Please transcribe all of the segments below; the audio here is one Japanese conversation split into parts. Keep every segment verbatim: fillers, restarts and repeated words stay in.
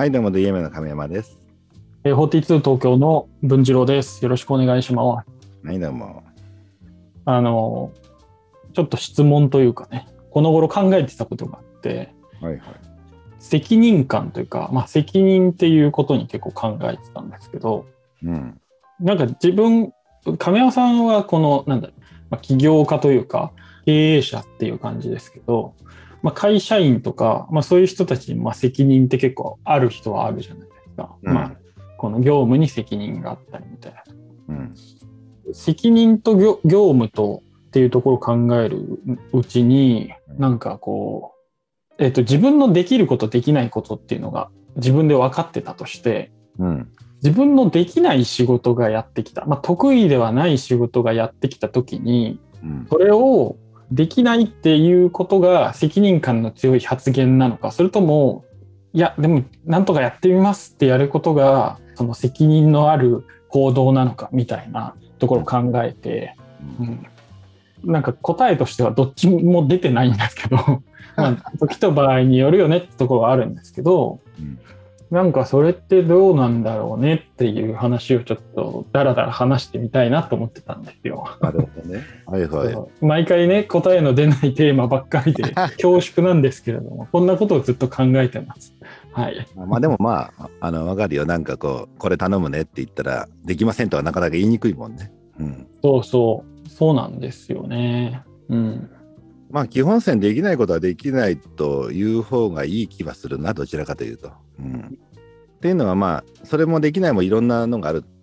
はい、どうも、ディーエム の亀山です。 えー、フォーティーツー東京の文次郎です。よろしくお願いします。 はい、どうも。 あの、ちょっと質問というかね、この頃考えてたことがあって、 はいはい。 責任感というか、まあ、責任っていうことに結構考えてたんですけど、 うん。 なんか自分、亀山さんはこの、なんだろう、まあ、起業家というか、経営者っていう感じですけど、まあ、会社員とか、まあ、そういう人たちにまあ責任って結構ある人はあるじゃないですか。 うん、 まあ、この業務に責任があったりみたいな。 うん、 責任と 業, 業務とっていうところを考えるうちに、なんかこう、えっと、自分のできることできないことっていうのが自分で分かってたとして、 うん、 自分のできない仕事がやってきた、まあ、得意ではない仕事がやってきた時に、 うん、 それをできないっていうことが責任感の強い発言なのか、それともいやでもなんとかやってみますってやることがその責任のある行動なのかみたいなところを考えて、うん、なんか答えとしてはどっちも出てないんですけどまあ時と場合によるよねってところはあるんですけど、うん、なんかそれってどうなんだろうねっていう話をちょっとだらだら話してみたいなと思ってたんですよ。 なるほどね。はいはい。 毎回ね答えの出ないテーマばっかりで恐縮なんですけれどもこんなことをずっと考えてます。はい。 まあでもまああの分かるよ。なんかこうこれ頼むねって言ったらできませんとはなかなか言いにくいもんね。うん。 そうそうそうなんですよね。うん。 まあ基本線できないことはできないという方がいい気はするな、どちらかというと。うん。っていうのはまあそれもできないもいろんなのがあるって、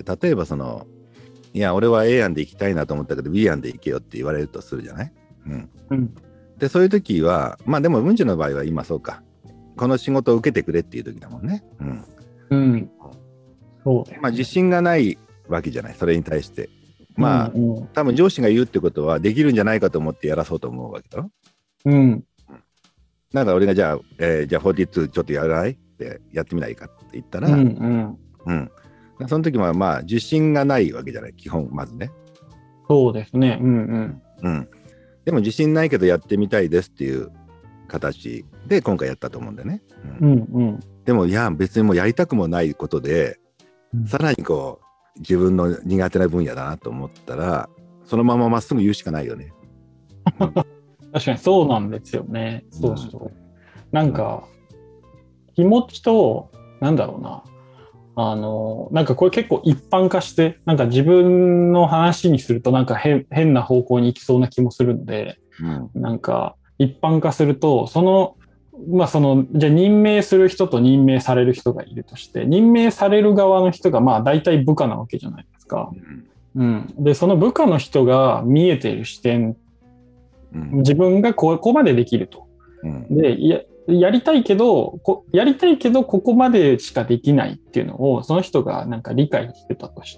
例えばそのいや俺は A 案で行きたいなと思ったけど B 案で行けよって言われるとするじゃない、うんうん、でそういう時はまあでも文治の場合は今そうか、この仕事を受けてくれっていう時だもんね。うん、うん、そうだよね。まあ自信がないわけじゃない、それに対して。まあ、うんうん、多分上司が言うってことはできるんじゃないかと思ってやらそうと思うわけだろ。うん。なんか俺がじゃあ、えー、じゃあフォーティーツーちょっとやらないってやってみないかって言ったら、うんうんうん、その時はまあ自信がないわけじゃない、基本まずね。 そうですね。うんうんうん。でも自信ないけどやってみたいですっていう形で今回やったと思うんだよね。うん、うんうん、でもいや別にもうやりたくもないことで、うん、さらにこう自分の苦手な分野だなと思ったらそのまままっすぐ言うしかないよね。 うん、確かにそうなんですよね。そうそう。うん、なんか、うん、気持ちとなんだろうな。あのなんかこれ結構一般化してなんか自分の話にするとなんか 変, 変な方向に行きそうな気もするんで、うん、なんか一般化するとそのまあそのじゃあ任命する人と任命される人がいるとして任命される側の人がまあ大体部下なわけじゃないですか、うんうん、でその部下の人が見えている視点、うん、自分がここまでできると、うん、でいややりたいけどこやりたいけどここまでしかできないっていうのをその人がなんか理解してたとして、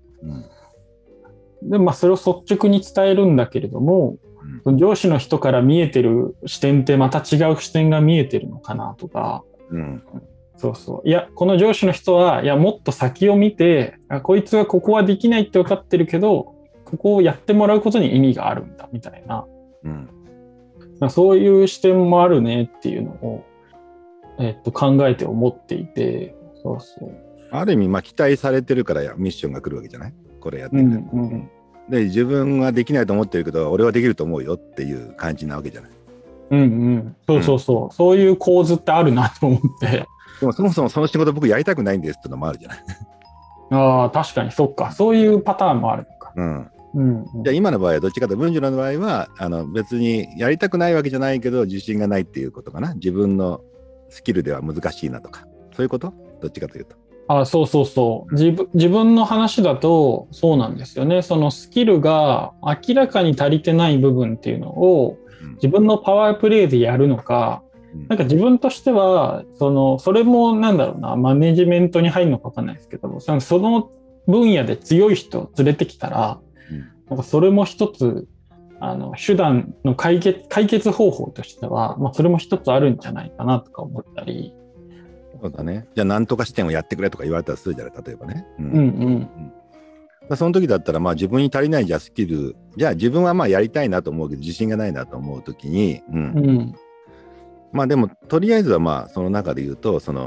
うん、でまあそれを率直に伝えるんだけれども、うん、上司の人から見えてる視点ってまた違う視点が見えてるのかなとか、うん、そうそういやこの上司の人はいやもっと先を見てあこいつはここはできないって分かってるけどここをやってもらうことに意味があるんだみたいな。うんそういう視点もあるねっていうのを、えっと、考えて思っていて、そうそう。 ある意味、まあ、期待されてるからミッションが来るわけじゃない？これやってくれ、うんうん、で、自分はできないと思ってるけど、俺はできると思うよっていう感じなわけじゃない？ うんうん。そうそうそう。うん、そういう構図ってあるなと思って。 でもそもそもその仕事僕やりたくないんですってのもあるじゃない？ ああ、確かにそっか。そういうパターンもあるのか。 うんうんうん、じゃあ今の場合はどっちかというと文次郎の場合はあの別にやりたくないわけじゃないけど自信がないっていうことかな。自分のスキルでは難しいなとかそういうこと？どっちかというとあそうそうそう自分、自分の話だとそうなんですよね。そのスキルが明らかに足りてない部分っていうのを自分のパワープレイでやるのか、うん、なんか自分としてはそのそれもなんだろうなマネジメントに入るのか分かんないですけどそのその分野で強い人を連れてきたらなんかそれも一つあの手段の解決、解決方法としては、まあ、それも一つあるんじゃないかなとか思ったり。 そうだね。じゃあ何とか視点をやってくれとか言われたらするじゃない、例えばね。うん、 うんうんうん、その時だったらまあ自分に足りないじゃスキルじゃあ自分はまあやりたいなと思うけど自信がないなと思う時に、うんうん、まあでもとりあえずはまあその中で言うとその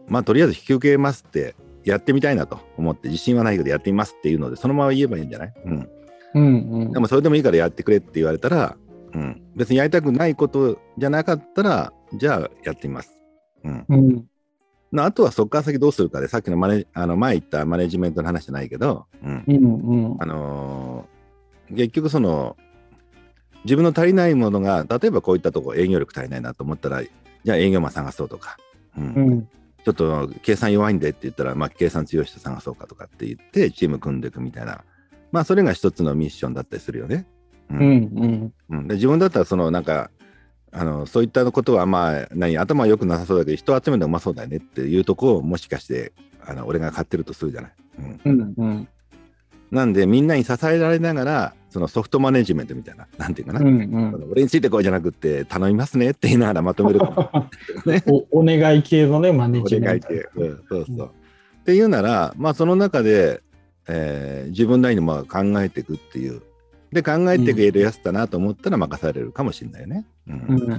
まあとりあえず引き受けますってやってみたいなと思って自信はないけどやってみますっていうのでそのまま言えばいいんじゃない、うんうんうん、 でもそれでもいいからやってくれって言われたら、うん、別にやりたくないことじゃなかったらじゃあやってみます、うんうん、 あとはそこから先どうするかでさっきのマネあの前言ったマネジメントの話じゃないけど、うんうんうん、 あのー、結局その自分の足りないものが例えばこういったとこ営業力足りないなと思ったらじゃあ営業マン探そうとか、うんうん、 ちょっと計算弱いんでって言ったら、まあ、計算強い人探そうかとかって言ってチーム組んでいくみたいな、まあそれが一つのミッションだったりするよね。うんうんうん、で自分だったらそのなんかあのそういったことはまあ何頭良くなさそうだけど人を集めるのうまそうだよねっていうところをもしかしてあの俺が買ってるとするじゃない。うんうんうん、 なんでみんなに支えられながらそのソフトマネジメントみたいななんていうかな、 うんうん、 俺についてこいじゃなくて頼みますねって言いながらまとめるね、お, お願い系のねマネジメント。 お願い系、うん、そうそう、うん、っていうならまあその中で、えー、自分なりにまあ考えていくっていうで考えていけるやつだなと思ったら任されるかもしれないよね。うんうんうん、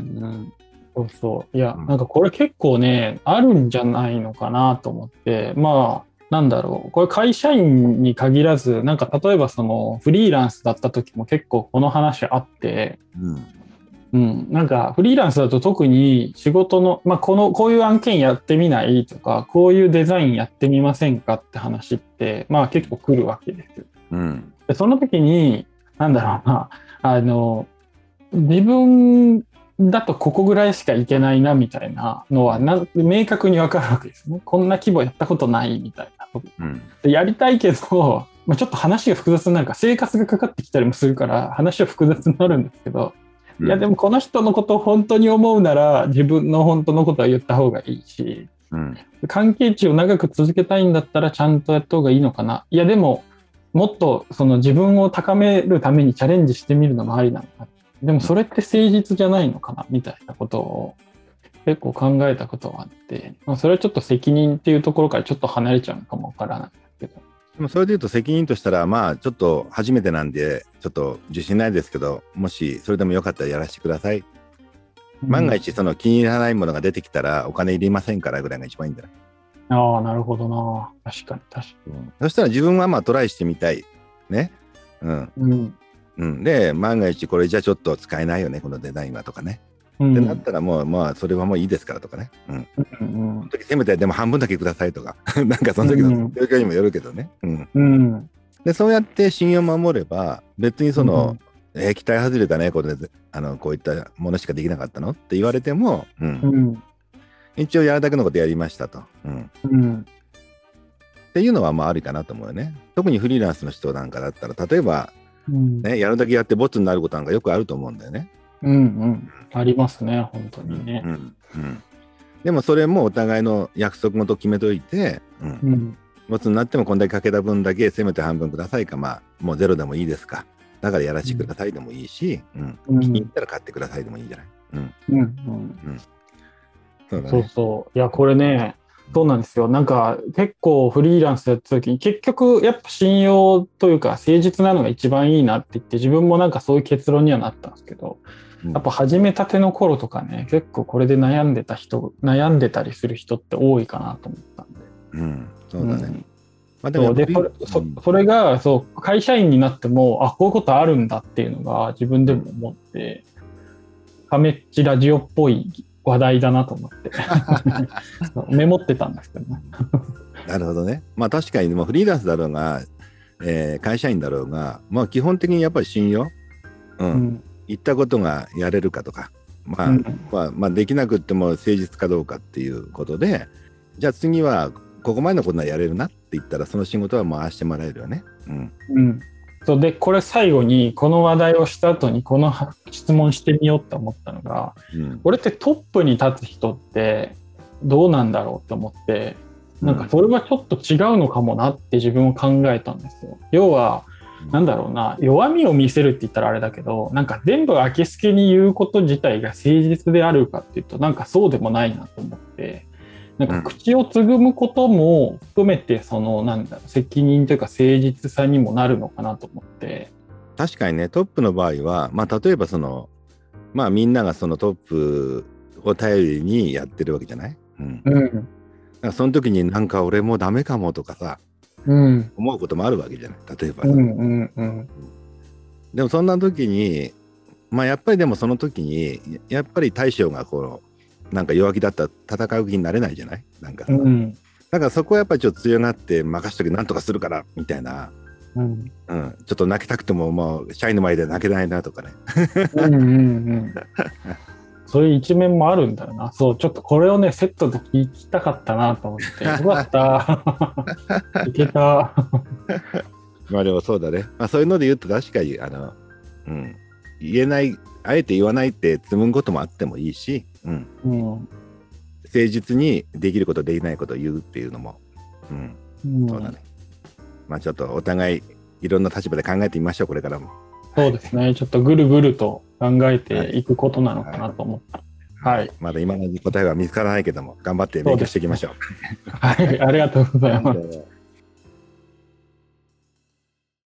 そうそういや、うん、なんかこれ結構ねあるんじゃないのかなと思ってまあなんだろうこれ会社員に限らずなんか例えばそのフリーランスだった時も結構この話あって、うんうん、なんかフリーランスだと特に仕事の、まあ、このこういう案件やってみないとかこういうデザインやってみませんかって話ってまあ結構来るわけですよ。うん、でその時になんだろうなあの自分だとここぐらいしかいけないなみたいなのはな明確に分かるわけですね。こんな規模やったことないみたいな、うん、でやりたいけど、まあ、ちょっと話が複雑になるから生活がかかってきたりもするから話は複雑になるんですけど、うん、いやでもこの人のことを本当に思うなら自分の本当のことは言った方がいいし、うん、関係値を長く続けたいんだったらちゃんとやった方がいいのかな。いやでももっとその自分を高めるためにチャレンジしてみるのもありなのか。でもそれって誠実じゃないのかなみたいなことを結構考えたことがあって、まあ、それはちょっと責任っていうところからちょっと離れちゃうのかもわからないけど。 でもそれでいうと責任としたらまあちょっと初めてなんでちょっと自信ないですけどもしそれでもよかったらやらせてください、うん、万が一その気に入らないものが出てきたらお金いりませんからぐらいが一番いいんじゃない。 ああなるほどな確かに確かに、うん、 そしたら自分はまあトライしてみたいねうん、うんうん、で万が一これじゃちょっと使えないよねこのデザインはとかね、うん、ってなったらもうまあそれはもういいですからとかね、うんうんうん、その時せめてでも半分だけくださいとかなんかその時の状況にもよるけどね、うんうん、でそうやって信用を守れば別にその、うん、えー、期待外れたねこれであのこういったものしかできなかったのって言われても、うんうん、一応やるだけのことやりましたと、うんうん、っていうのはまあありかなと思うよね。特にフリーランスの人なんかだったら例えばうんね、やるだけやってボツになることなんかよくあると思うんだよね。 うんうん、ありますね本当にね、 うんうん、でもそれもお互いの約束事を決めといて、うんうん、ボツになってもこんだけかけた分だけせめて半分くださいかまあもうゼロでもいいですかだからやらせてくださいでもいいし、うんうん、気に入ったら買ってくださいでもいいんじゃない、うんうんうん、 そうだね、そうそういやこれねそうなんですよ。なんか結構フリーランスやった時に結局やっぱ信用というか誠実なのが一番いいなって言って自分もなんかそういう結論にはなったんですけど、うん、やっぱ始めたての頃とかね結構これで悩んでた人悩んでたりする人って多いかなと思ったんで、うん、そうだね、うんまあ、でもでそれ、そ、それがそう会社員になってもあこういうことあるんだっていうのが自分でも思ってカメッチラジオっぽい話題だなと思ってメモってたんですけどねなるほどね。まあ確かにもうフリーランスだろうが、えー、会社員だろうが、まあ基本的にやっぱり信用、うんうん、言ったことがやれるかとか、まあ、うん、まあ、まあできなくっても誠実かどうかっていうことで、じゃあ次はここまでのことはやれるなって言ったらその仕事は回してもらえるよね。うん。うんそうでこれ最後にこの話題をした後にこの質問してみようと思ったのが、うん、これってトップに立つ人ってどうなんだろうと思ってなんかそれはちょっと違うのかもなって自分を考えたんですよ。要はなんだろうな弱みを見せるって言ったらあれだけどなんか全部明けすけに言うこと自体が誠実であるかっていうとなんかそうでもないなと思ってなんか口をつぐむことも含めてそのなんだろう責任というか誠実さにもなるのかなと思って確かにねトップの場合は、まあ、例えばその、まあ、みんながそのトップを頼りにやってるわけじゃない、うんうん、 その時になんか俺もうダメかもとかさ、 うん、 思うこともあるわけじゃない、例えば、 うんうんうん、 でもそんな時にまあやっぱりでもその時にやっぱり大将がこうなんか弱気だったら戦う気になれないじゃない、なんか、うん、だからそこはやっぱりちょっと強がって任しときなんとかするからみたいな、うんうん、ちょっと泣きたくてももう社員の前で泣けないなとかねうんうん、うん、 そういう一面もあるんだよな。そう、ちょっとこれをねセットで聞きたかったなと思ってよかったいけたまあでもそうだね、まあ、そういうので言うと確かにあの、うん、言えないあえて言わないって積むこともあってもいいし、うんうん、誠実にできることできないことを言うっていうのも、うんうん、そうだね。まあちょっとお互いいろんな立場で考えてみましょう、これからも。 そうですね、ちょっとぐるぐると考えていくことなのかなと思った、はいはい、 まだ今の答えは見つからないけども頑張って勉強していきましょう。 はい、ありがとうございます。